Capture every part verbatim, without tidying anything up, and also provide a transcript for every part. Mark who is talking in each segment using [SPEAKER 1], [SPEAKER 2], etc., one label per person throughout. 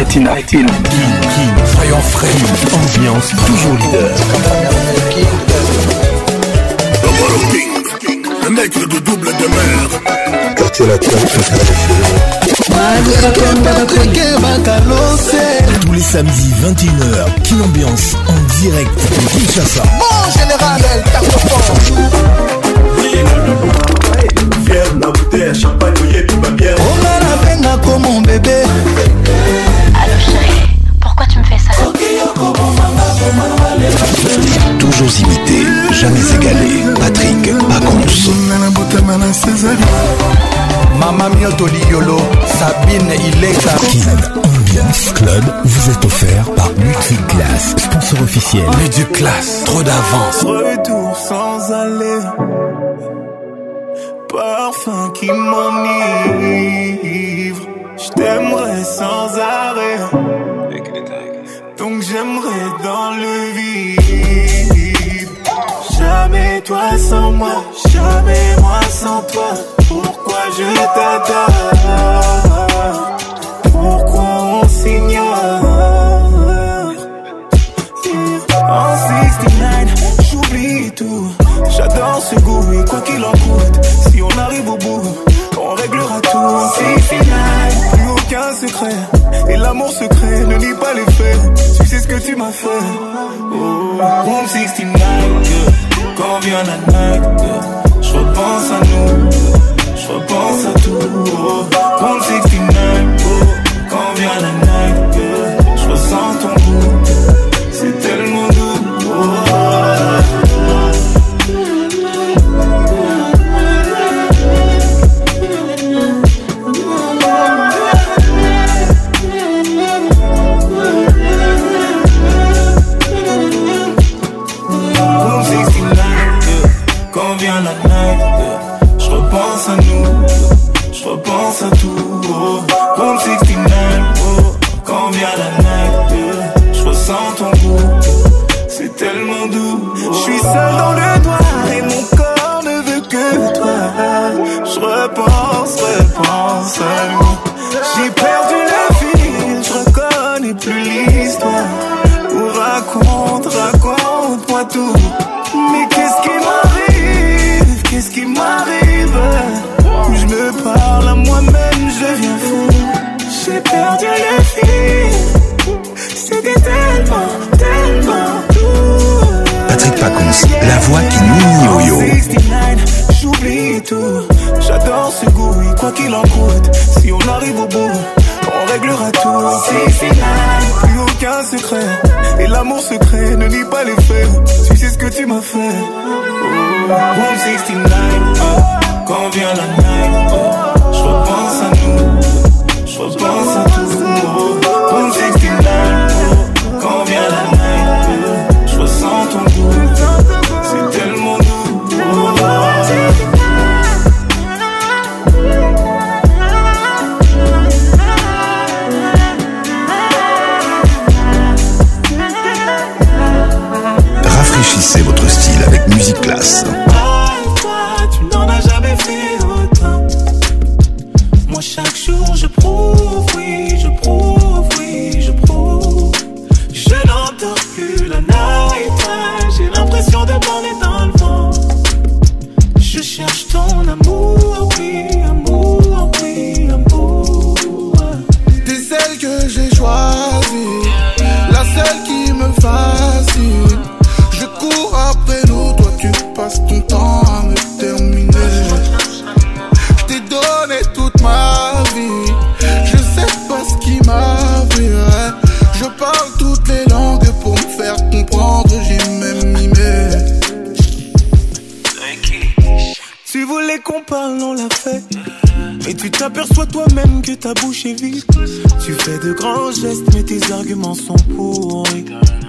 [SPEAKER 1] Latina.
[SPEAKER 2] King, King, soyons frais, ambiance toujours leader.
[SPEAKER 3] King, le nègre de double de mer.
[SPEAKER 4] Quartier latin,
[SPEAKER 2] tous les samedis vingt et une heures, King Ambiance en direct de Kinshasa.
[SPEAKER 5] Bon général,
[SPEAKER 4] fier, la bouteille, champagne, mouillé, tout va bien.
[SPEAKER 5] On va la peine comme mon bébé.
[SPEAKER 6] Allô chérie, pourquoi tu me fais ça?
[SPEAKER 2] Toujours imité, jamais égalé. Patrick Pacons.
[SPEAKER 5] Mama Miotoli Yolo, Sabine Ileka.
[SPEAKER 2] King Ambiance Club vous est offert par Multiclass, sponsor officiel.
[SPEAKER 1] Multiclass, trop d'avance.
[SPEAKER 7] Retour sans aller, parfum qui m'enivre. Je t'aimerais sans arrêt, donc j'aimerais dans le vide. Jamais toi sans moi, jamais moi sans toi. Pourquoi je t'adore? Pourquoi on s'ignore? En soixante-dix-neuf, j'oublie tout. J'adore ce goût et quoi qu'il en coûte, si on arrive au bout, on réglera tout. C'est final, plus aucun secret. Et l'amour secret ne nie pas les faits. Tu sais ce que tu m'as fait. Oh, Room soixante-dix-neuf, quand vient la night, je repense à nous. Je repense à tout, oh. Room soixante-dix-neuf, oh. Quand vient la night, yeah. Je ressens ton goût. C'est tellement doux, oh. Room soixante-dix-neuf, yeah. Quand vient la night, yeah. Je repense à nous, je repense à tout, oh. Room soixante-dix-neuf, oh. Quand vient la night, yeah. Je ressens ton goût, c'est tellement doux, oh. Je suis seul dans le noir et mon corps ne veut que toi. Je repense, repense à nous. J'ai perdu le fil, je reconnais plus l'histoire. Oh, raconte, raconte-moi tout. Mais qu'est-ce qui m'arrive, qu'est-ce qui m'arrive? Je me parle à moi-même, je deviens fou. J'ai perdu le fil, c'était tellement, tellement doux.
[SPEAKER 2] Patrick Pacons, la voix qui nous au yo.
[SPEAKER 7] soixante-dix-neuf, j'oublie tout. J'adore ce goût et quoi qu'il en coûte, si on arrive au bout, on réglera tout. C'est final, plus aucun secret. Et l'amour secret ne nie pas les faits. Tu sais ce que tu m'as fait. Oh, Room soixante-dix-neuf, oh. Quand vient la night, oh. Je repense à nous, je repense à tout, oh. Room soixante-dix-neuf, oh. Quand vient la night, oh. Je ressens ton goût, c'est tellement doux, oh.
[SPEAKER 2] Rafraîchissez votre style avec Multiclass.
[SPEAKER 7] Tu n'en as jamais fait autant. Moi chaque jour je prouve, oui, je prouve, oui, je prouve. Je n'entends plus la night, j'ai l'impression de voler dans le vent. Je cherche ton amour, oui, amour, oui, amour.
[SPEAKER 5] T'es celle que j'ai choisie, la seule qui me fascine. Je cours après nous, toi tu passes ton temps à me terminer. Je t'ai donné toute ma vie, je sais pas ce qui m'arriverait. Je parle toutes les langues pour me faire comprendre, j'ai même mimé.
[SPEAKER 7] Tu voulais qu'on parle, on l'a fait. Mais tu t'aperçois toi-même que ta bouche est vide. Tu fais de grands gestes, mais tes arguments sont pourris.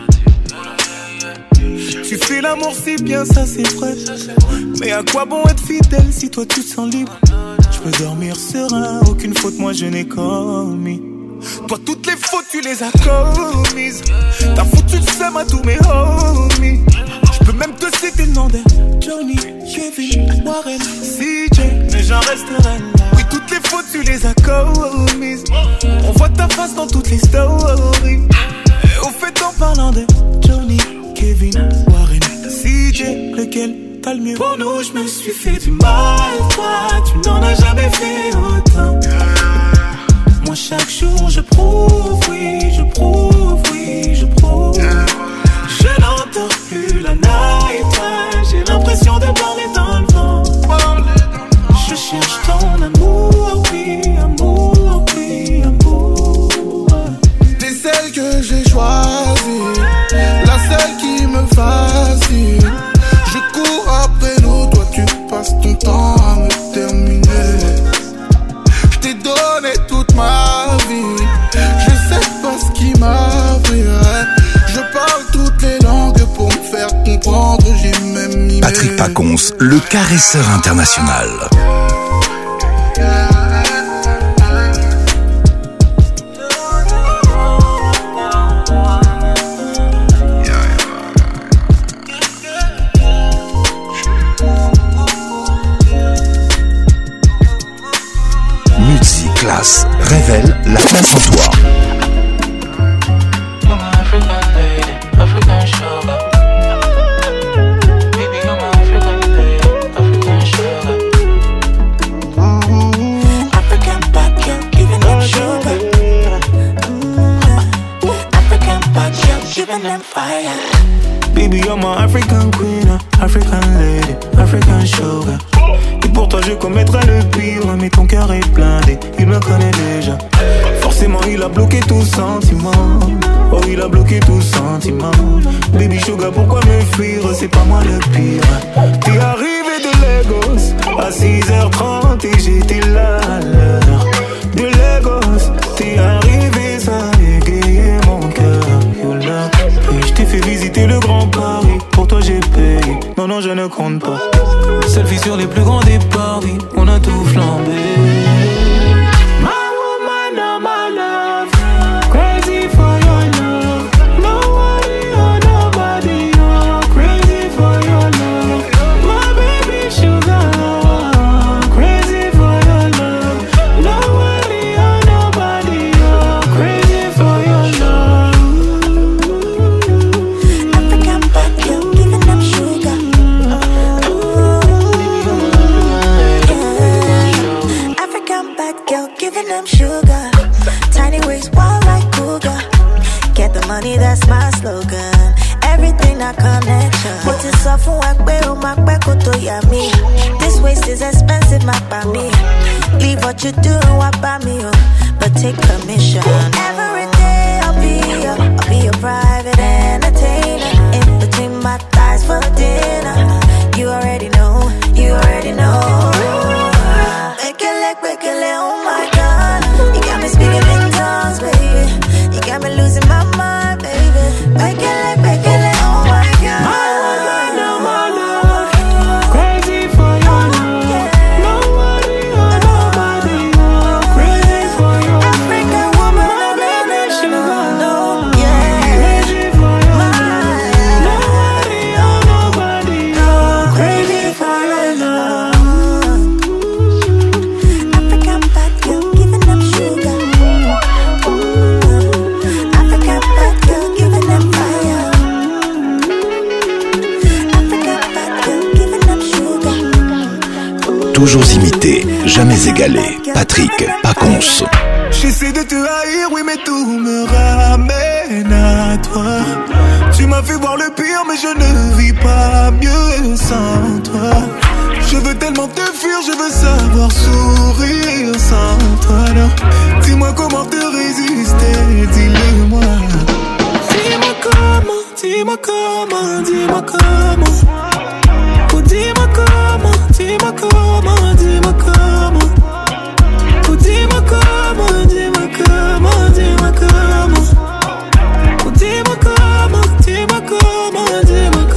[SPEAKER 7] Tu fais l'amour si bien, ça c'est vrai. Mais à quoi bon être fidèle si toi tu te sens libre? Je peux dormir serein, aucune faute moi je n'ai commis. Toi toutes les fautes tu les as commises. T'as foutu le seum à tous mes homies. Je peux même te citer le nom de Johnny, Kevin, Warren, C J, mais j'en resterai là. Oui, toutes toutes les fautes tu les as commises. On voit ta face dans toutes les stories. Et au fait en parlant de Johnny, Kevin, Warren, C J, lequel t'as le mieux? Pour nous je me suis fait du mal. Toi tu n'en as jamais fait autant. Moi chaque jour je prouve, oui, je prouve, oui, je prouve. Je n'entends plus la night, j'ai l'impression de parler dans le vent. Je cherche ton amour, oui, amour, oui, amour.
[SPEAKER 5] T'es celle que j'ai choisie, la seule qui me fascine. Je cours après nous, toi tu passes ton temps à me terminer. Je t'ai donné toute ma vie, je sais pas ce qui m'arriverait. Je parle toutes les langues pour me faire comprendre, j'ai même mis
[SPEAKER 2] Patrick Pacons, le caresseur international. Multiclass révèle la place en toi.
[SPEAKER 7] Baby, you're my African queen, African lady, African sugar. Et pour toi je commettrai le pire, mais ton cœur est blindé, il me connaît déjà. Forcément il a bloqué tout sentiment. Oh il a bloqué tout sentiment. Baby sugar, pourquoi me fuir, c'est pas moi le pire. T'es arrivé de Lagos à six heures trente et j'étais là à l'heure. De Lagos, t'es arrivé, ça a égayé mon cœur. Et je t'ai fait visiter le Grand Paris, pour toi j'ai payé, non non je ne compte pas. Selfie sur les plus grands départs, oui, on a tout flambé. My woman, oh my love, crazy for your love. Nobody or nobody, oh, crazy for your love. My baby sugar, crazy for your love. Nobody or nobody, oh, crazy for your love.
[SPEAKER 8] African bad girl, giving them sugar. African bad girl, giving them sugar. Tiny waist, wild like cougar. Get the money, that's my slogan. Everything I connection. What is off for work, where my back to yummy. This waist is expensive, my me. Leave what you do and what buy me, oh, but take permission. Every day I'll be your, I'll be your private entertainer. In between my thighs for dinner. You already know, you already know. Make it like, make it like, oh my God. You got me speaking in tongues, baby. You got me losing my mind, baby. Make it like, make it like, oh my God.
[SPEAKER 7] My woman, oh my love, crazy for your love. Nobody or nobody, oh, crazy for your love.
[SPEAKER 8] African woman,
[SPEAKER 7] My baby sugar,
[SPEAKER 8] no, yeah.
[SPEAKER 7] crazy for your love. Nobody or nobody, oh, crazy for your love.
[SPEAKER 8] African bad girl, giving them sugar. African bad girl, giving them fire. African bad girl, giving them sugar.
[SPEAKER 2] Toujours imité, jamais égalé. Patrick Pacons.
[SPEAKER 7] J'essaie de te haïr, oui, mais tout me ramène à toi. Tu m'as fait voir le pire, mais je ne vis pas mieux sans toi. Je veux tellement te fuir, je veux savoir sourire sans toi. Alors, dis-moi comment te résister, dis-le-moi. Dis-moi comment, dis-moi comment, dis-moi comment. Oh, dis-moi comment, dis-moi comment, dis-moi comment. Oh, dis-moi comment, dis-moi comment, dis-moi comment. Oh, dis-moi comment, dis-moi comment, dis-moi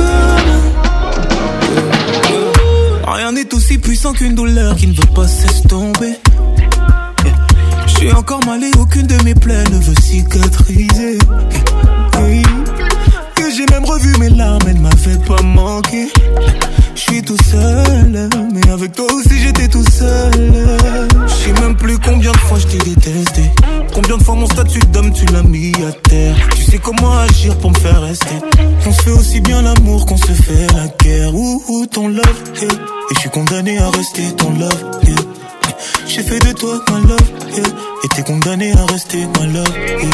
[SPEAKER 7] comment. Rien n'est aussi puissant qu'une douleur qui ne veut pas s'estomper. Yeah. Je suis encore mal et aucune de mes plaies ne veut cicatriser. Yeah. Yeah. Que J'ai même revu mes larmes, elles m'avaient pas manqué. Je suis tout seul, mais avec toi aussi j'étais tout seul. Je sais même plus combien de fois je t'ai détesté. Combien de fois mon statut d'homme tu l'as mis à terre. Tu sais comment agir pour me faire rester. On se fait aussi bien l'amour qu'on se fait la guerre. Ouh, ouh ton love, yeah. Et je suis condamné à rester ton love, yeah. J'ai fait de toi ma love, yeah. Et t'es condamné à rester ma love, yeah.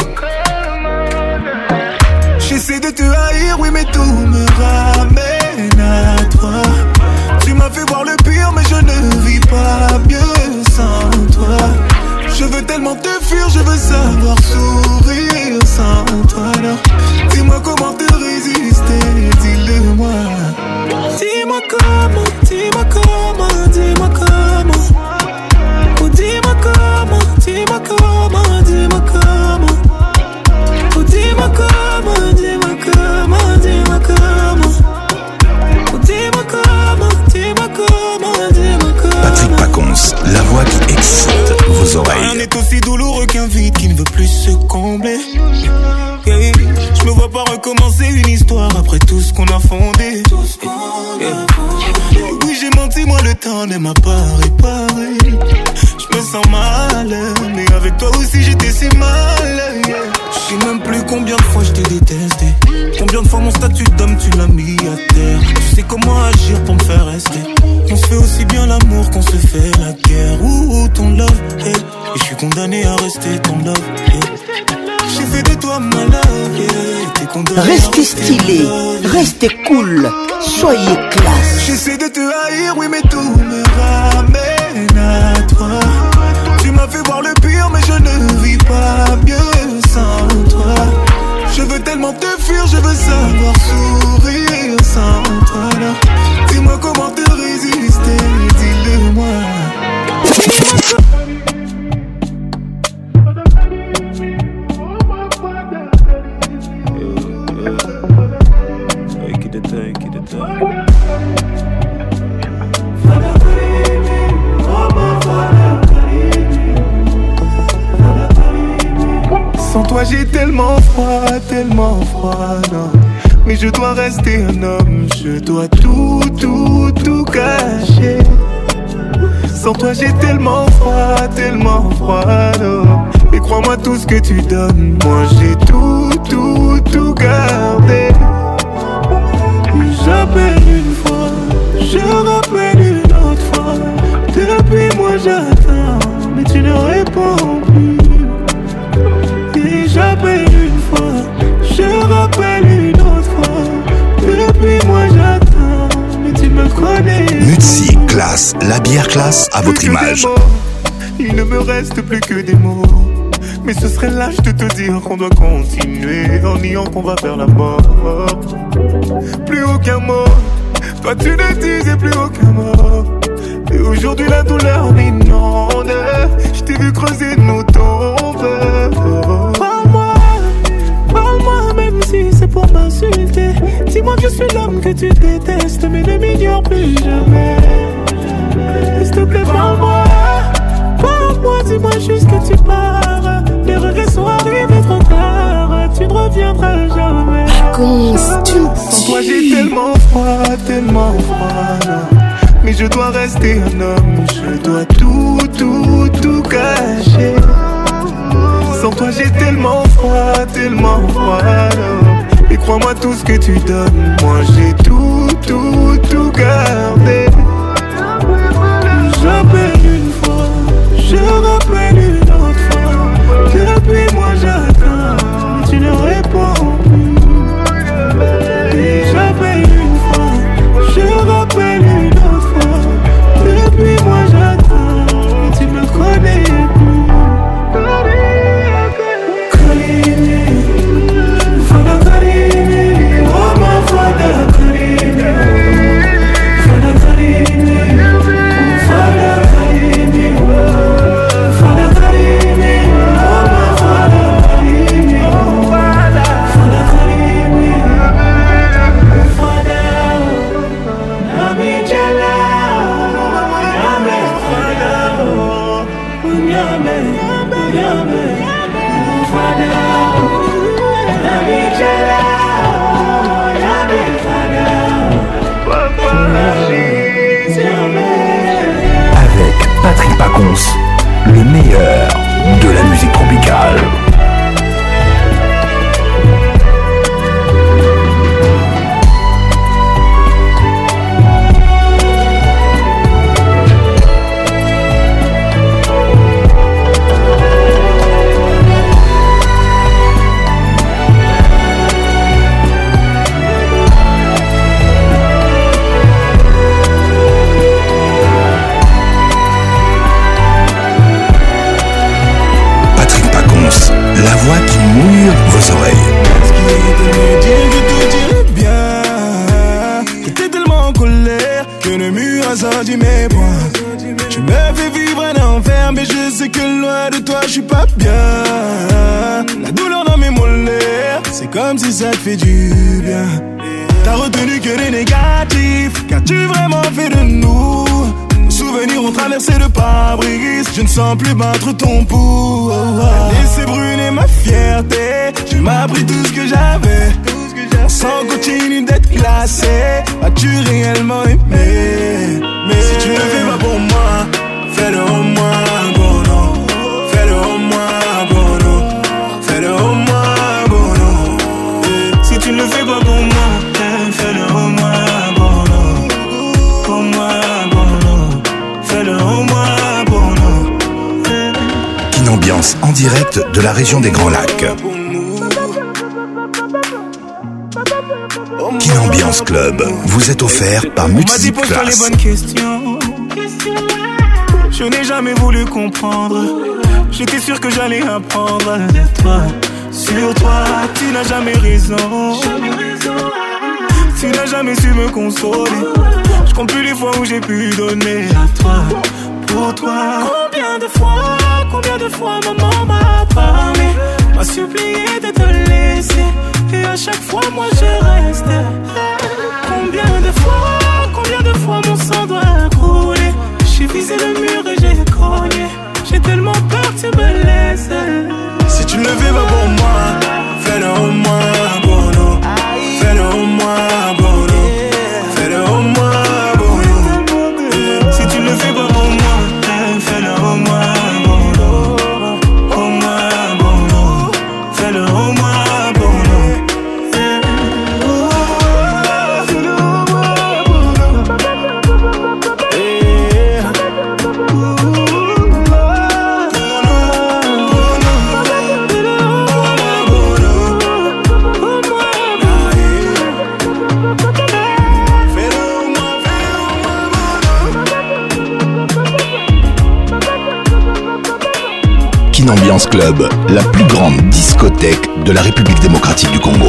[SPEAKER 7] J'essaie de te haïr, oui mais tout me ramène à toi. Tu m'as fait voir le pire mais je ne vis pas mieux sans toi. Je veux tellement te fuir, je veux savoir sourire sans toi. Alors, dis-moi comment te résister, dis-le-moi. Dis-moi comment, dis-moi comment, dis-moi comment. Oh dis-moi comment, dis-moi comment, dis-moi comment. Oh dis-moi comment, dis-moi comment, dis-moi comment. Oh dis-moi comment, dis-moi comment, dis-moi comment.
[SPEAKER 2] Patrick Pacons, la voix qui excite vos oreilles.
[SPEAKER 7] Rien n'est aussi douloureux qu'un vide qui ne veut plus se combler. Yeah. Je me vois pas recommencer une histoire après tout ce qu'on a fondé. Yeah. Oui j'ai menti, moi le temps ne m'a pas réparé. Je me sens mal, mais avec toi aussi j'étais si mal, yeah. Je sais même plus combien de fois je t'ai détesté. Combien de fois mon statut d'homme tu l'as mis à terre. Tu sais comment agir pour me faire rester. On se fait aussi bien l'amour qu'on se fait la guerre. Ouh, ouh ton love, yeah. Et je suis condamné à rester ton love, yeah. J'ai fait de toi ma love, yeah. T'es condamné
[SPEAKER 9] restez à rester stylé, restez cool, soyez classe.
[SPEAKER 7] J'essaie de te haïr, oui mais tout me ramène à toi. Tu m'as fait voir le pire mais je ne vis pas mieux sans toi. Je veux tellement te fuir, je veux savoir sourire sans toi. Alors, dis-moi comment te résister, dis-le-moi. Sans toi j'ai tellement froid, tellement froid, non. Mais je dois rester un homme, je dois tout, tout, tout cacher. Sans toi j'ai tellement froid, tellement froid, non. Et crois-moi tout ce que tu donnes, moi j'ai tout, tout, tout gardé. J'appelle une fois, je rappelle une autre fois. Depuis moi j'attends, mais tu ne réponds plus. Et j'appelle une fois, je rappelle une autre fois. Depuis moi j'attends, mais tu me connais.
[SPEAKER 2] Mutsi, classe, la bière classe à votre image.
[SPEAKER 7] Il ne me reste plus que des mots. Mais ce serait lâche de te dire qu'on doit continuer en niant qu'on va faire la mort. Plus aucun mot, toi tu ne disais plus aucun mot. Et aujourd'hui la douleur m'inonde. Je t'ai vu creuser nos tombes. Parle-moi, parle-moi même si c'est pour m'insulter. Dis-moi que je suis l'homme que tu détestes, mais ne m'ignore plus jamais. S'il te plaît parle-moi, parle-moi, dis-moi juste que tu pars. Les regrets sont arrivés trop tard. Tu ne reviendras jamais. Sans toi j'ai tellement froid, tellement froid, non. Mais je dois rester un homme, je dois tout, tout, tout cacher. Sans toi j'ai tellement froid, tellement froid, non. Et crois-moi tout ce que tu donnes, moi j'ai tout, tout, tout gardé. J'appelle une fois, je rappelle une autre fois. Depuis moi j'attends, mais tu ne réponds plus. Et j'appelle une fois, je rappelle une autre fois. Depuis moi j'attends, mais tu me connais plus. Karimi, Fada Karimi, oh ma Fada Karimi, Fada Karimi.
[SPEAKER 2] Pacons, le meilleur de la musique tropicale. La voix qui mouille vos oreilles.
[SPEAKER 7] Ce qui est de me dire, je te dirais bien que t'es tellement en colère que le mur a sorti mes poings. Tu me fais vivre un enfer, mais je sais que loin de toi je suis pas bien. La douleur dans mes molaires, c'est comme si ça te fait du bien. T'as retenu que les négatifs, qu'as-tu vraiment fait de nous? Nos souvenirs ont traversé le pare-brise, je ne sens plus battre ton pouls. Laissez brûler ma fierté, tu m'as pris tout ce que j'avais. Sans continue d'être classé, as-tu réellement aimé? Mais si tu ne le fais pas pour moi, fais-le au moins pour nous. Fais-le au moins pour nous. Fais-le au moins pour nous. Si tu ne le fais pas pour moi, fais-le au moins pour nous. Pour moi, pour nous. Fais-le au moins pour nous.
[SPEAKER 2] Kin Ambiance en direct de la région des Grands Lacs. Kin Ambiance Club vous est offert par Music Class.
[SPEAKER 7] Je n'ai jamais voulu comprendre. J'étais sûr que j'allais apprendre de toi. Sur toi, tu n'as jamais raison. Tu n'as jamais su me consoler. Je compte plus les fois où j'ai pu donner à toi. Pour toi, combien de fois, combien de fois maman m'a parlé, m'a supplié de te laisser. Et à chaque fois moi je restais. Combien de fois, combien de fois mon sang doit couler. J'ai visé le mur et j'ai cogné. J'ai tellement peur que tu me laisses. Si tu ne le fais pas pour moi, fais-le au moins pour nous. Fais-le au moins pour nous. Fais-le au moins pour nous. Si tu ne le fais pas pour moi, fais-le au moins pour nous. Au moins pour nous. Fais-le au moins pour nous. Fais-le au moins pour
[SPEAKER 2] Kin Ambiance Club, la plus grande discothèque de la République démocratique du Congo.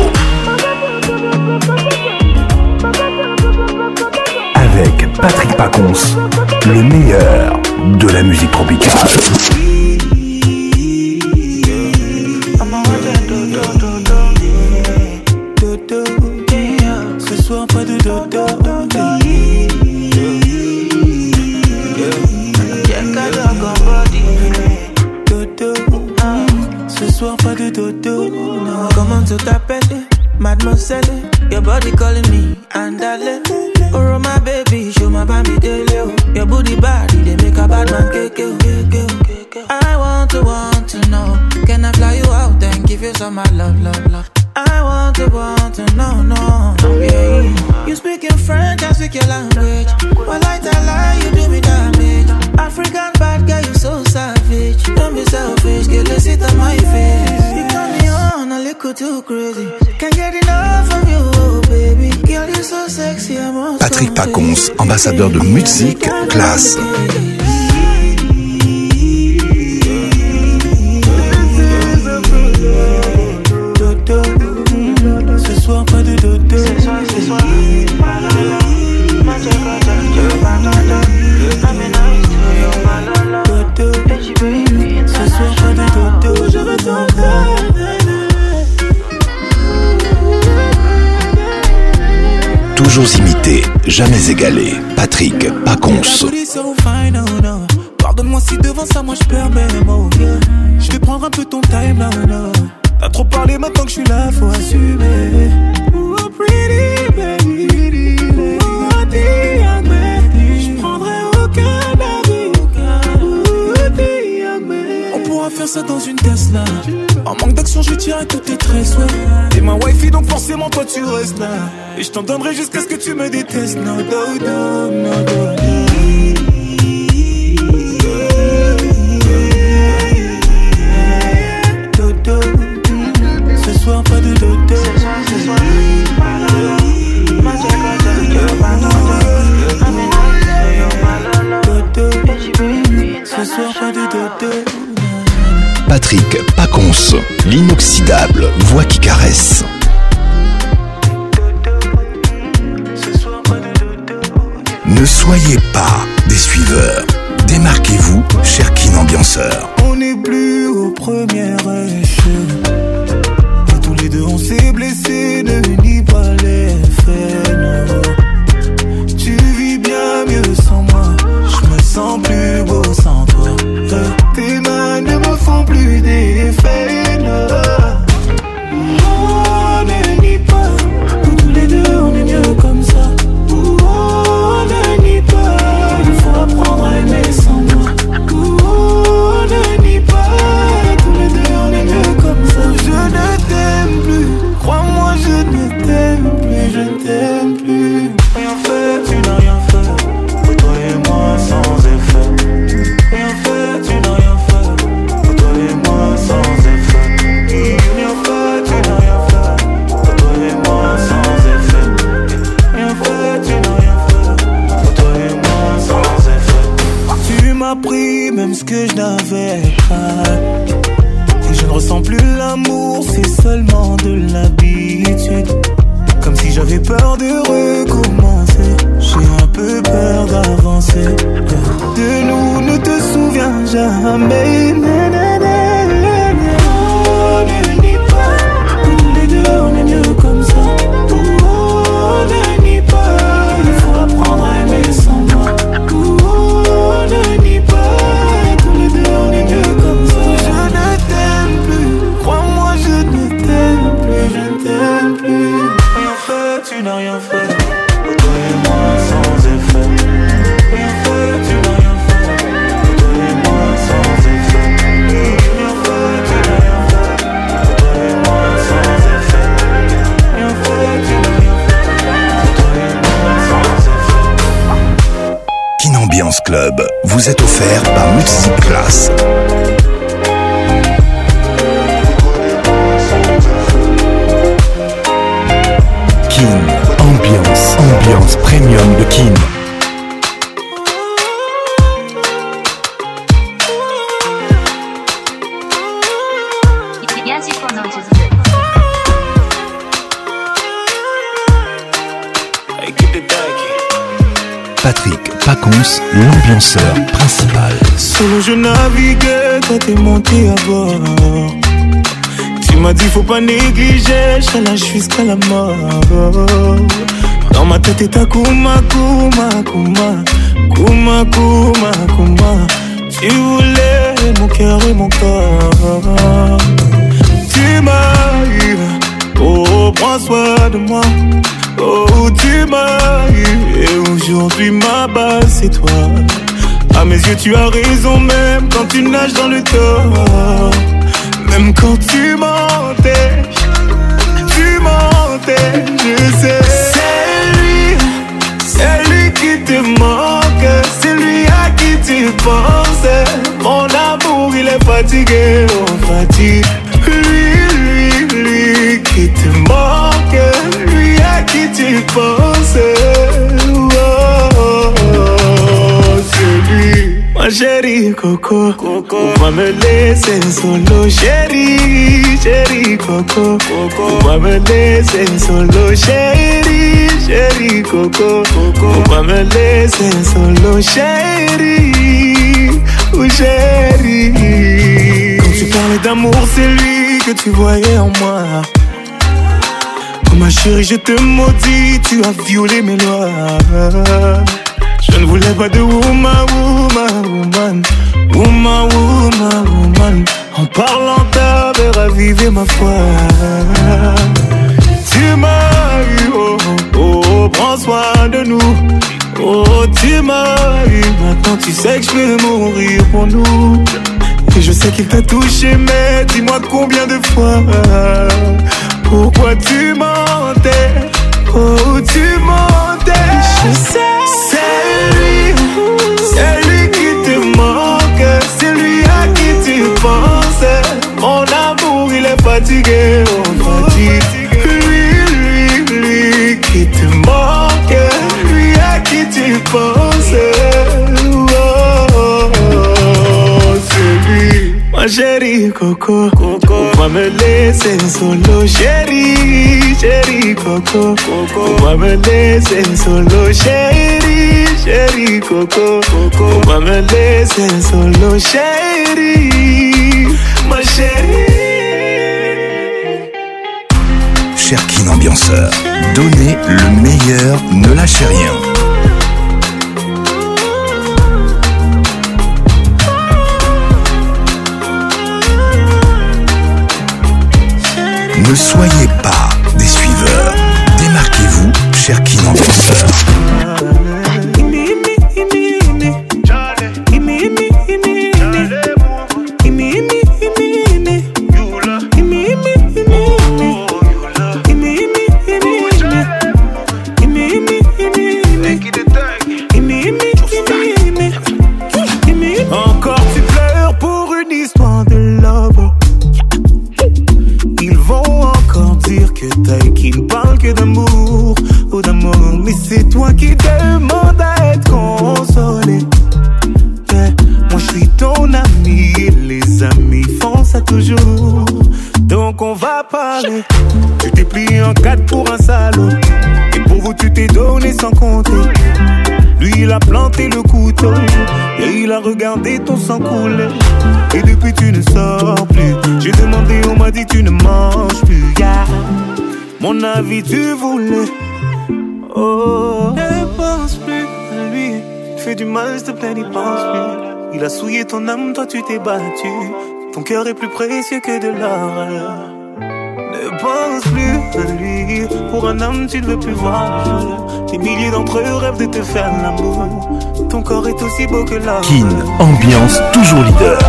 [SPEAKER 2] Avec Patrick Pacons, le meilleur de la musique tropicale.
[SPEAKER 7] Ce soir pas de dodo. Ce soir pas de dodo. Comment tu t'appelles, mademoiselle? Your body calling me, andale. Oh my baby, show my baby daily. Your booty body, they make a bad man kick you. I want to, want to know, can I fly you out and give you some my love, love, love? I want to, want to know, no, yeah. You speak in French, I speak your language. Well, I tell lie, you do me damage. African bad girl, you so savage. Don't be selfish, girl, let's sit on my face. You turn me on a little too crazy. Can't get enough of you, baby. Girl, you're so sexy, I'm all
[SPEAKER 2] Patrick Pacons, ambassadeur de Music Class.
[SPEAKER 7] Ce soir pas de dodo. Ce soir, ce soir, pas de dodo. Ce soir pas de dodo. Je veux ton corps.
[SPEAKER 2] Toujours imité, jamais égalé. Patrick Pacons.
[SPEAKER 7] Pardonne-moi si devant ça moi je perds mes mots. Je vais prendre un peu ton time là, là. T'as trop parlé, maintenant que je suis là, faut assumer. Oh pretty baby, oh the young man. Je prendrai aucun avis. ça dans une Tesla. En manque d'action, je tirerai tous tes tresses, ouais. T'es ma wifi, donc forcément, toi, tu restes là. Et je t'en donnerai jusqu'à ce que tu me détestes. No, do, do, no, do. Ce soir pas de dodo. Ce soir pas de dodo.
[SPEAKER 2] Patrick Pacons, l'inoxydable voix qui caresse. Ne soyez pas des suiveurs. Démarquez-vous, cher Kin ambianceur.
[SPEAKER 7] On n'est plus au premier échec. Et tous les deux on s'est blessés, ne nie pas les faits. Non. Tu vis bien mieux sans moi. Je me sens plus beau sans toi. Tes mains ne me font plus d'effet. Non. Oh, ne nie pas. Tous les deux on est mieux comme ça. Oh, ne nie pas. Il faut apprendre à aimer sans moi. Oh, ne nie pas. Tous les deux on est mieux comme ça. Je ne t'aime plus. Crois-moi, je ne t'aime plus. Je ne t'aime plus. Rien fait, tu n'as rien fait. Pour toi et moi sans effet. Rien fait, tu n'as rien fait. Pour toi et moi sans effet. Rien fait, tu n'as rien fait. Pour toi et moi sans effet. Rien fait, tu n'as rien fait. Pour toi et moi sans effet. Tu m'as pris même ce que je n'avais pas. Et je ne ressens plus l'amour, c'est seulement de l'habitude. Comme si j'avais peur de recommencer. J'ai un peu peur d'avancer. De nous, ne te souviens jamais. Oh, ne nie pas. Tous les deux, on est mieux comme ça. Oh, ne nie pas. Il faut apprendre à aimer sans moi. Oh, ne nie pas. Tous les deux, on est mieux comme ça. Je ne t'aime plus. Crois-moi, je ne t'aime plus. Je ne t'aime plus. Rien fait, tu n'as rien fait. Pour toi et moi sans effet. Rien fait, tu n'as rien fait. Pour toi et moi sans effet. Rien fait, tu n'as rien fait. Pour toi et moi sans effet. Rien fait, tu n'as rien fait. Pour toi et moi sans effet.
[SPEAKER 2] Kin Ambiance Club vous est offert par Music Class. Kin Ambiance, ambiance premium de Kin. Patrick Pacons, l'ambianceur principal.
[SPEAKER 7] Solo je naviguais, toi t'es monté à bord. Tu m'as dit faut pas négliger, je lâche jusqu'à la mort. Dans ma tête est ta Kuma, Kuma, Kuma, Kuma, Kuma, Kuma. Tu voulais mon cœur et mon corps. Tu m'as eu, oh prends soin de moi. Oh tu m'as eu, et aujourd'hui ma base c'est toi. À mes yeux tu as raison même quand tu nages dans le tort. Même quand tu mentais, tu mentais, je sais. C'est lui, c'est lui qui te manque. C'est lui à qui tu penses. Mon amour il est fatigué, on fatigue. Lui, lui, lui qui te manque. Lui à qui tu penses. Oh, oh, oh, c'est lui. Ma chérie Coco, Coco, on va me laisser solo. Chérie, chérie Coco, Coco, on va me laisser solo. Chérie, chérie Coco, Coco, on va me laisser solo. Chérie, ou oh, chérie. Quand tu parlais d'amour, c'est lui que tu voyais en moi. Oh ma chérie, je te maudis, tu as violé mes lois. Je ne voulais pas de woman, woman, woman, woman, woman, woman. En parlant t'avais ravivé ma foi. Tu m'as eu, oh, oh, oh, prends soin de nous. Oh, tu m'as eu, maintenant tu sais que je peux mourir pour nous. Et je sais qu'il t'a touché, mais dis-moi combien de fois. Pourquoi tu mentais? Oh, tu mentais. Je sais. C'est lui, c'est lui qui te manque. C'est lui à qui tu penses. Mon amour, il est fatigué, oh, fatigué. Lui, lui, lui qui te manque. Lui à qui tu penses. Oh, oh, oh, c'est lui. Ma chérie Coco, Coco, va me laisser solo, chérie, chérie Coco, Coco, va me laisser solo, chérie, chérie Coco, Coco, va me laisser solo, chérie, ma chérie.
[SPEAKER 2] Cherkin ambianceur, donnez le meilleur, ne lâchez rien. Ne soyez pas des suiveurs. Démarquez-vous, Cherkin ambianceur.
[SPEAKER 7] Encore tu pleures pour une histoire de love. Ils vont encore dire que t'as qui ne parle que d'amour ou d'amour. Mais c'est toi qui demandes à être consolé. Yeah. Moi je suis ton ami et les amis font ça toujours. Donc on va parler. Tu t'es plié en quatre pour un salaud. Et pour vous tu t'es donné sans compter. Lui il a planté le couteau et il a regardé ton sang couler. Et depuis tu ne sors plus. J'ai demandé, on m'a dit tu ne manges plus. Yeah. Mon avis tu voulais. Oh, ne pense plus à lui. Tu fais du mal, s'il te plaît, n'y pense plus. Il a souillé ton âme, toi tu t'es battu. Ton cœur est plus précieux que de l'or. Ne pense plus à lui. Pour un homme tu ne veux plus voir le jour. Des milliers d'entre eux rêvent de te faire l'amour. Ton corps est aussi beau que l'or.
[SPEAKER 2] Kin, ambiance toujours leader.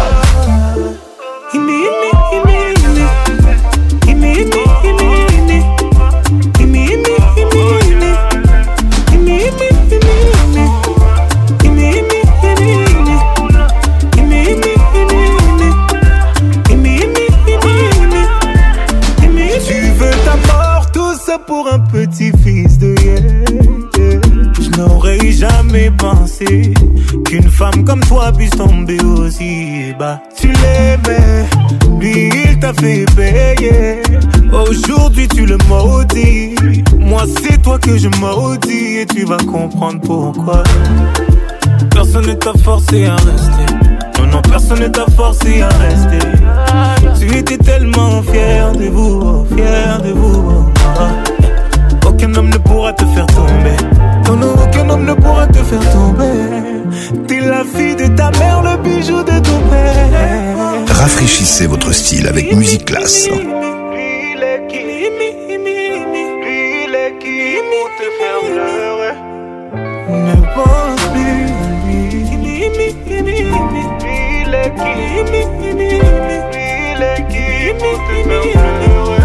[SPEAKER 7] Pour un petit fils de yeah, yeah. Je n'aurais jamais pensé qu'une femme comme toi puisse tomber aussi bas. Tu l'aimais, lui il t'a fait payer. Aujourd'hui tu le maudis. Moi c'est toi que je maudis. Et tu vas comprendre pourquoi. Personne ne t'a forcé à rester. Non, non, personne ne t'a forcé à rester. Tu étais tellement fier de vous, fier de vous. Aucun homme ne pourra te faire tomber. Non, non, aucun homme ne pourra te faire tomber. T'es la fille de ta mère, le bijou de ton père.
[SPEAKER 2] Rafraîchissez votre style avec Musique Classe.
[SPEAKER 7] Lui, il est qui? Lui, il est qui pour te faire pleurer? Ne pense plus à lui. Lui, il est qui? Lui, il est qui pour te faire pleurer?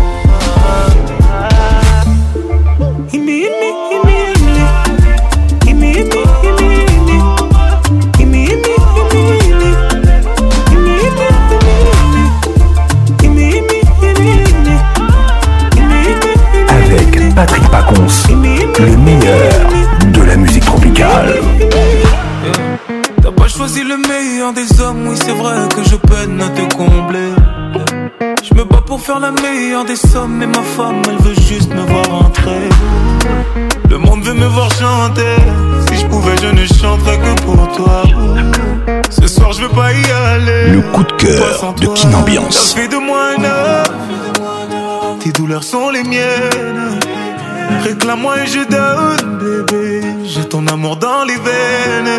[SPEAKER 2] Avec Patrick Pacons, le meilleur de la musique tropicale.
[SPEAKER 7] T'as pas choisi le meilleur des hommes, oui c'est vrai que je peine à te combler. Je me bats pour faire la meilleure des sommes, mais ma femme elle veut juste me voir entrer. Le monde veut me voir chanter. Si je pouvais je ne chanterais que pour toi. Ce soir je veux pas y aller.
[SPEAKER 2] Le coup de cœur de Kin Ambiance.
[SPEAKER 7] T'as fait de moi un homme. Tes douleurs sont les miennes. Réclame-moi et je donne, bébé. J'ai ton amour dans les veines.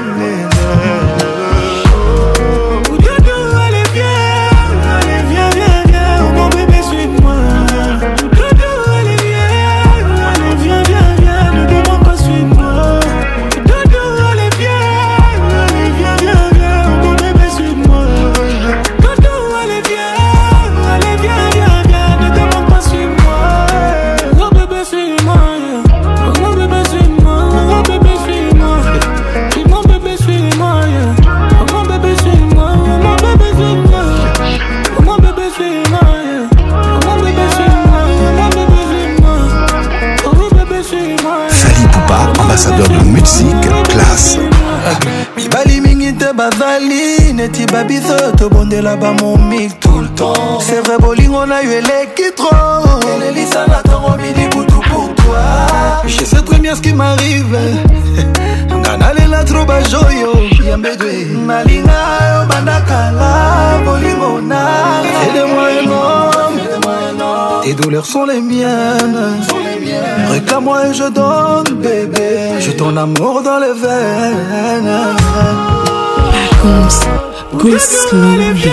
[SPEAKER 10] ti babitho, te bondé là-bas mon mic tout le temps. C'est vrai, bowling, on a eu l'électro. Et l'Elisa n'attend au midi pour tout pour toi. Je sais très bien ce qui m'arrive. Nanale la troba joyo, yambedwe. Malinga yo bandakala, bowling on a. Aide-moi un homme, tes douleurs sont les miennes. Réclame-moi et je donne, bébé. J'ai ton amour dans les veines.
[SPEAKER 11] Paconce, go slowly.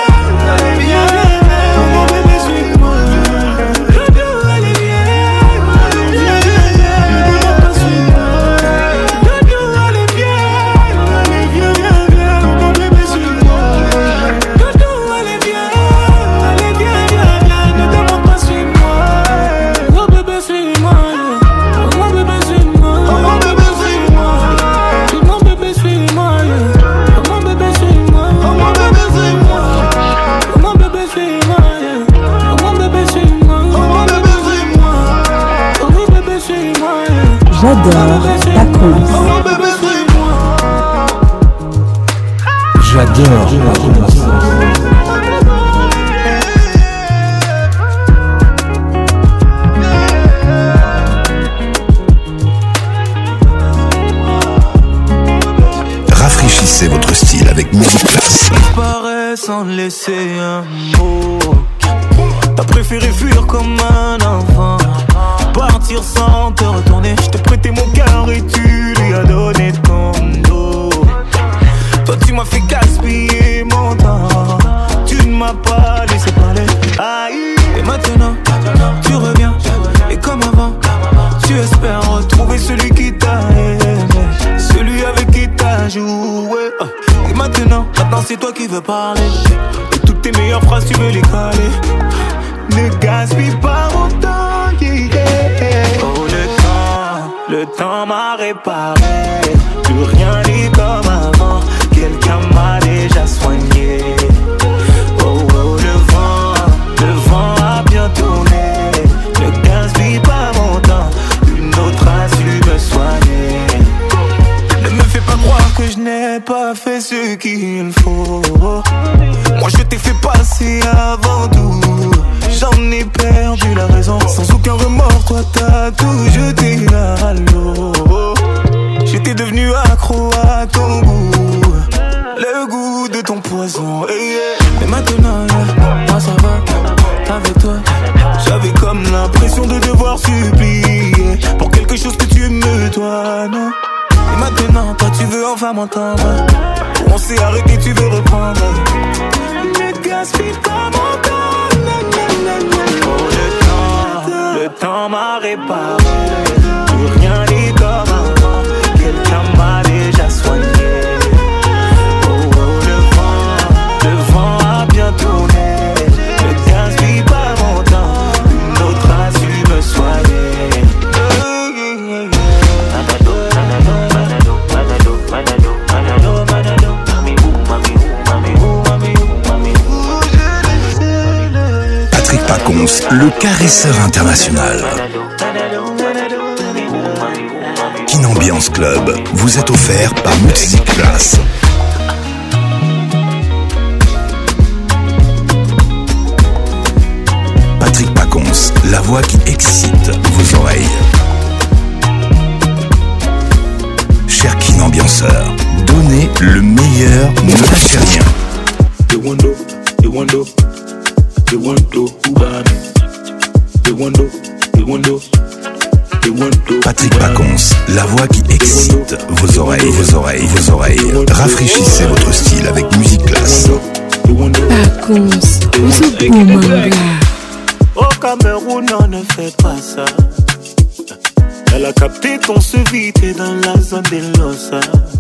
[SPEAKER 12] J'adore Paconce.
[SPEAKER 1] J'adore Paconce.
[SPEAKER 2] Rafraîchissez votre style avec Musique Class.
[SPEAKER 7] Disparaît sans laisser un mot. T'as préféré fuir comme un enfant, partir sans te retourner. Je t'ai prêté mon cœur et tu lui as donné ton dos. Toi tu m'as fait gaspiller mon temps, tu ne m'as pas laissé parler. Aïe. Et maintenant tu reviens, et comme avant tu espères retrouver celui qui t'a aimé, celui avec qui t'as joué. Et maintenant, maintenant c'est toi qui veux parler, et toutes tes meilleures phrases tu veux les caler. Ne gaspille pas mon temps, yeah, yeah. Oh le temps, le temps m'a réparé. Plus rien n'est comme avant, quelqu'un m'a déjà soigné. Oh oh le vent, le vent a bien tourné. Ne gaspille pas mon temps, une autre a su me soigner. Ne me fais pas croire que je n'ai pas fait ce qu'il faut. Moi je t'ai fait passer avant tout, j'en ai perdu la raison. Sans aucun remords, toi t'as tout jeté à l'eau. J'étais devenu accro à ton goût, le goût de ton poison, hey, yeah. Et maintenant, yeah, moi ça va, avec toi j'avais comme l'impression de devoir supplier pour quelque chose que tu me dois, non. Et maintenant, toi tu veux enfin m'entendre, on s'est arrêté, tu veux reprendre. Ne gaspille pas mon temps. Oh le temps, le temps m'a réparé. Plus rien n'est comme avant, quelqu'un m'a déjà soigné. Oh oh le vent, le vent a bien tourné. Ne gaspille pas mon temps, une autre a su me soigner.
[SPEAKER 2] Paconce, le caresseur international. Kin Ambiance Club vous est offert par Musique Class. Patrick Paconce, la voix qui excite vos oreilles. Cher Kin Ambianceur, donnez le meilleur, ne lâchez rien. Patrick Paconce, la voix qui excite vos oreilles, vos oreilles, vos oreilles. Rafraîchissez votre style avec Musique Class.
[SPEAKER 11] Paconce, vous beau manga.
[SPEAKER 7] Au Cameroun, on ne fait pas ça. Elle a capté qu'on se vit dans la zone des Losa.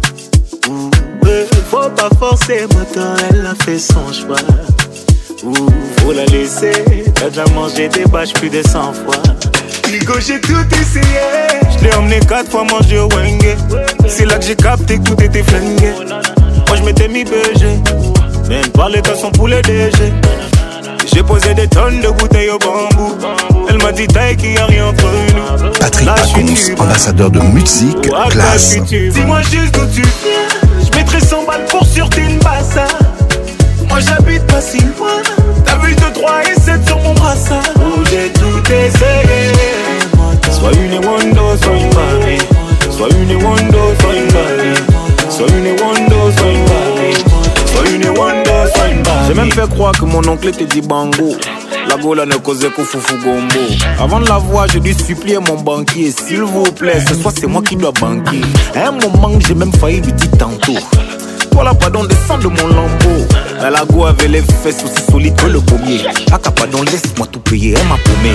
[SPEAKER 7] Faut pas forcer moteur, elle a fait son choix. Ouh, faut la laisser, t'as déjà mangé des bâches plus de cent fois. Nico, j'ai tout essayé, je l'ai emmené quatre fois manger au Wenge. C'est là que j'ai capté que tout était flingué. Moi je m'étais mis B G, mais elle parlait qu'à son poulet D G. J'ai posé des tonnes de bouteilles au bambou. Elle m'a dit taille qu'il n'y a rien entre nous.
[SPEAKER 2] Patrick Paconce, ambassadeur de Musique Class.
[SPEAKER 7] Dis-moi juste d'où tu viens, je mettrai cent balles pour sur une bassa. Moi j'habite pas si loin. T'as vu deux, trois et sept sur mon brassard. Oh j'ai tout essayé. Soit une Wando, soit une Barbie. Soit une Wando, soit une Barbie. Soit une Wando, soit une Barbie. Soit une Wando, soit une Barbie. J'ai même fait croire que mon oncle était dit bango. La gola ne causait qu'au foufou gombo. Avant de la voir, j'ai dû supplier mon banquier. S'il vous plaît, ce soir c'est moi qui dois banquer. À un moment, j'ai même failli lui dire tantôt. Toi là, pardon, descends de mon lambeau. La go avait les fesses aussi solides que le pommier. Aka, pardon, laisse-moi tout payer, elle m'a paumé.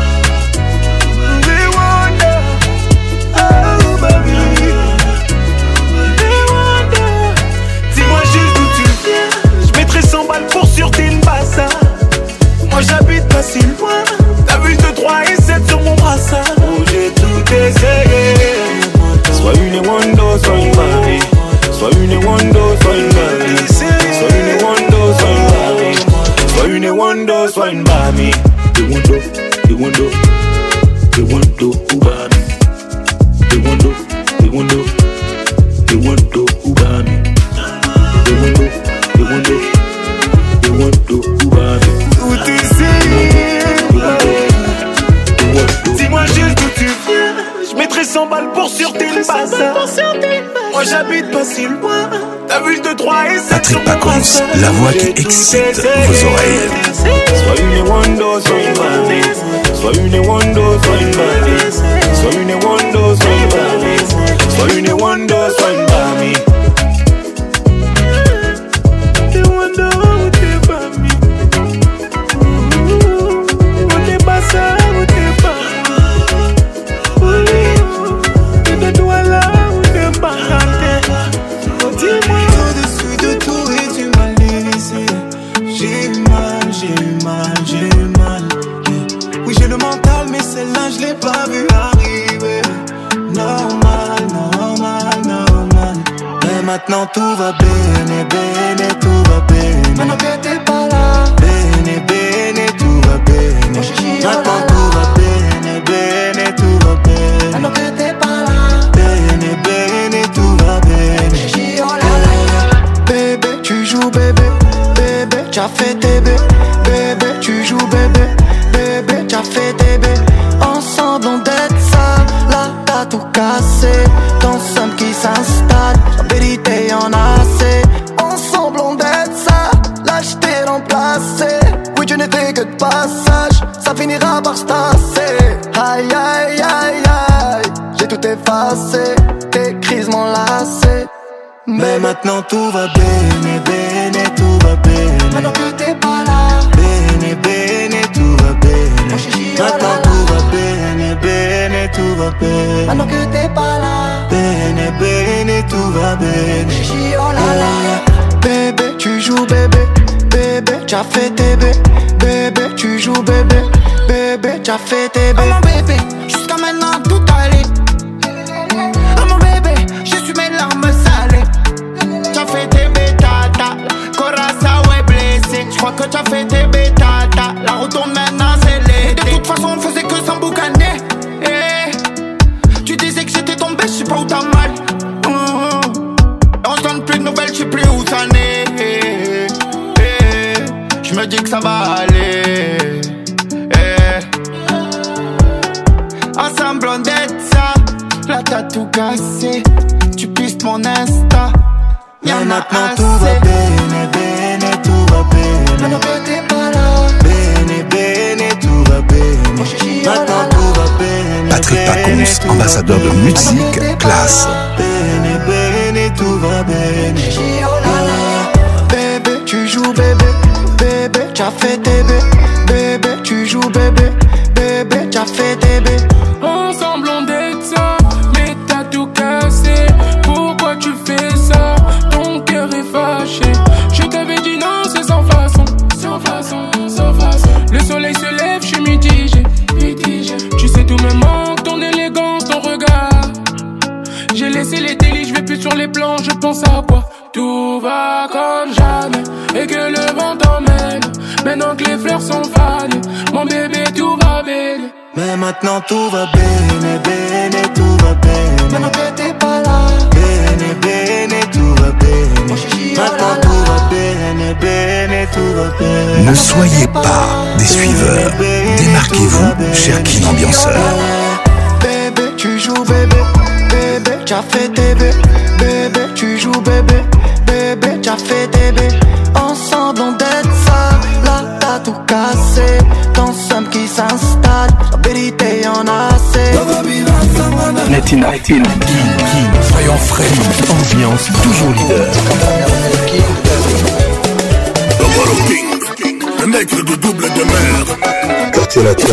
[SPEAKER 7] Dis-moi juste d'où tu viens. Je mettrai cent balles pour sûreté une bassa. Moi j'habite pas si loin. T'as vu deux, trois et sept sur mon brassard. Oh j'ai tout essayé. Soit une Wando, soit une Barbie. Soit une Wando, soit une Barbie. Soit une Wando, soit une Barbie. Soit une Wando, soit une Barbie. The Wando, the Wando, the Wando, Barbie. The Wando, the Wando, the Wando, Barbie. The Wando, the Wando, the Wando, Barbie. Tout essayé. Dis-moi juste d'où tu viens. Je mettrai cent balles pour sûreté une bassa. Moi j'habite pas si loin. T'as vu deux, trois et sept.
[SPEAKER 2] Patrick Pacons, la voix qui excite vos oreilles.
[SPEAKER 7] Soit une Wando, soit une Barbie. Soit une Wando, soit une Barbie. Soit une Wando, soit une Barbie. Soit une Wando, soit une Barbie. T'es Wando ou t'es Barbie? Ou t'es Bassa ou t'es Barbie? T'es de Douala ou t'es Bangante? Dis-moi au-dessus de tout et tu m'as laissé. J'ai eu mal, j'ai eu mal, j'ai eu mal. Oui j'ai le mental mais celle-là je l'ai pas vu arriver. Normal, normal, normal. Mais maintenant tout va bene, bene, tout va bene. Maintenant que t'es pas là. Bene, bene, tout va bene. Maintenant tout va bene, bene, tout va bene. Maintenant que t'es pas là. Bene, bene, tout va bene. Bébé, tu joues bébé. Bébé, t'as fait tes bébés. Bébé, tu joues bébé. Bébé, t'as fait tes bébés. Ensemble on dette ça. Là t'as tout cassé. Ton somme qui s'installe. En vérité y'en a assez. Ensemble on dette ça. Là j't'ai remplacé. Oui tu n'étais que de passage. Ça finira par se tasser. Aïe aïe aïe aïe. J'ai tout effacé. Tes crises m'ont lassé. Mais maintenant tout va bene, bene, tout va bene. Maintenant que t'es pas là. Bene, bene, tout va bene. Maintenant tout va bene, bene, tout va bene. Maintenant que t'es pas là. Bene, bene, tout va bene. Oh là là. Bébé, tu joues bébé. Bébé, t'as fait tes bébés. Bébé, tu joues bébé. Bébé, t'as fait tes bébés. Oh mon bébé, jusqu'à maintenant tout allait. Oh mon bébé, je suis mes larmes salées. T'as fait tes bêtatas, Corazza est blessé. J'crois que t'as fait tes bêtatas. La route tourne maintenant c'est l'été. De toute façon on faisait que s'emboucaner. Eh, tu disais que j'étais tombé, j'sais pas où t'as mal. Mmh. On se donne plus de nouvelles, j'sais plus où t'en es. Eh, eh, j'me dis que ça va aller. Eh, en semblant d'être ça, là t'as tout cassé. Tu pistes mon Insta. Mais maintenant tout va bene, bene, tout va bene. Maintenant que t'es pas là. Bene, bene, tout va bene. Maintenant tout va bene.
[SPEAKER 2] Patrick Pacons, ambassadeur de musique classe.
[SPEAKER 7] Bene, bene, tout va bene.
[SPEAKER 10] Bébé, tu joues bébé. Bébé, t'as fait tes bébés. Bébé, tu joues bébé. Bébé, t'as fait tes bébés.
[SPEAKER 13] Ensemble on date ça, mais t'as tout cassé. Pourquoi tu fais ça? Ton cœur est fâché. Je t'avais dit non, c'est sans façon. Sans façon, sans façon. Le soleil se lève, je suis mitigé, mitigé. Tu sais tout me manque, ton élégance, ton regard. J'ai laissé les télés, je vais plus sur les plans, je pense à quoi? Tout va comme jamais, et que le vent t'emmène. Maintenant que les fleurs sont fanées, mon bébé tout va bene.
[SPEAKER 7] Mais maintenant tout va bene, bene, tout va bene.
[SPEAKER 10] Maintenant que t'es pas là.
[SPEAKER 7] Bene, bene, tout va bene. Maintenant tout va bene,
[SPEAKER 2] Ne soyez pas des suiveurs. Démarquez-vous, cher Kin ambianceur.
[SPEAKER 10] Bébé, tu joues bébé. Bébé, t'as fait bébé. Bébé, tu joues bébé. Bébé, t'as fait bébé. Ensemble on dead ça. Là t'as tout cassé. Ton somme qui s'installe. La vérité y'en a assez.
[SPEAKER 2] Netina, Netina, Kin, Kin, soyons frais. Ambiance toujours leader.
[SPEAKER 3] Le nègre de double de mer.
[SPEAKER 2] Quartier latin,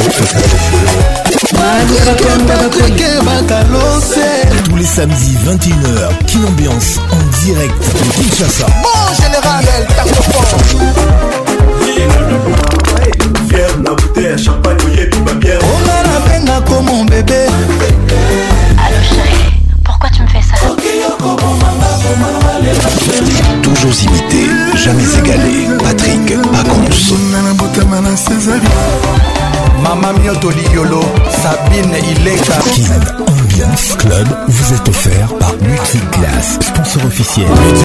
[SPEAKER 2] tous les samedis vingt et une heures, Kin Ambiance en direct de Kinshasa.
[SPEAKER 5] Bon général, elle tape fort.
[SPEAKER 4] Fier, la bouteille, champagne, oui, tout va bien.
[SPEAKER 10] On a la peine comme mon bébé.
[SPEAKER 6] Allô chérie, pourquoi tu me fais ça?
[SPEAKER 2] Toujours imité, jamais égalé. Patrick Pacons.
[SPEAKER 10] Mama Mioto Liolo, Sabine Ileka.
[SPEAKER 2] Kin Ambiance Club vous est offert par Nutri Glass, sponsor officiel.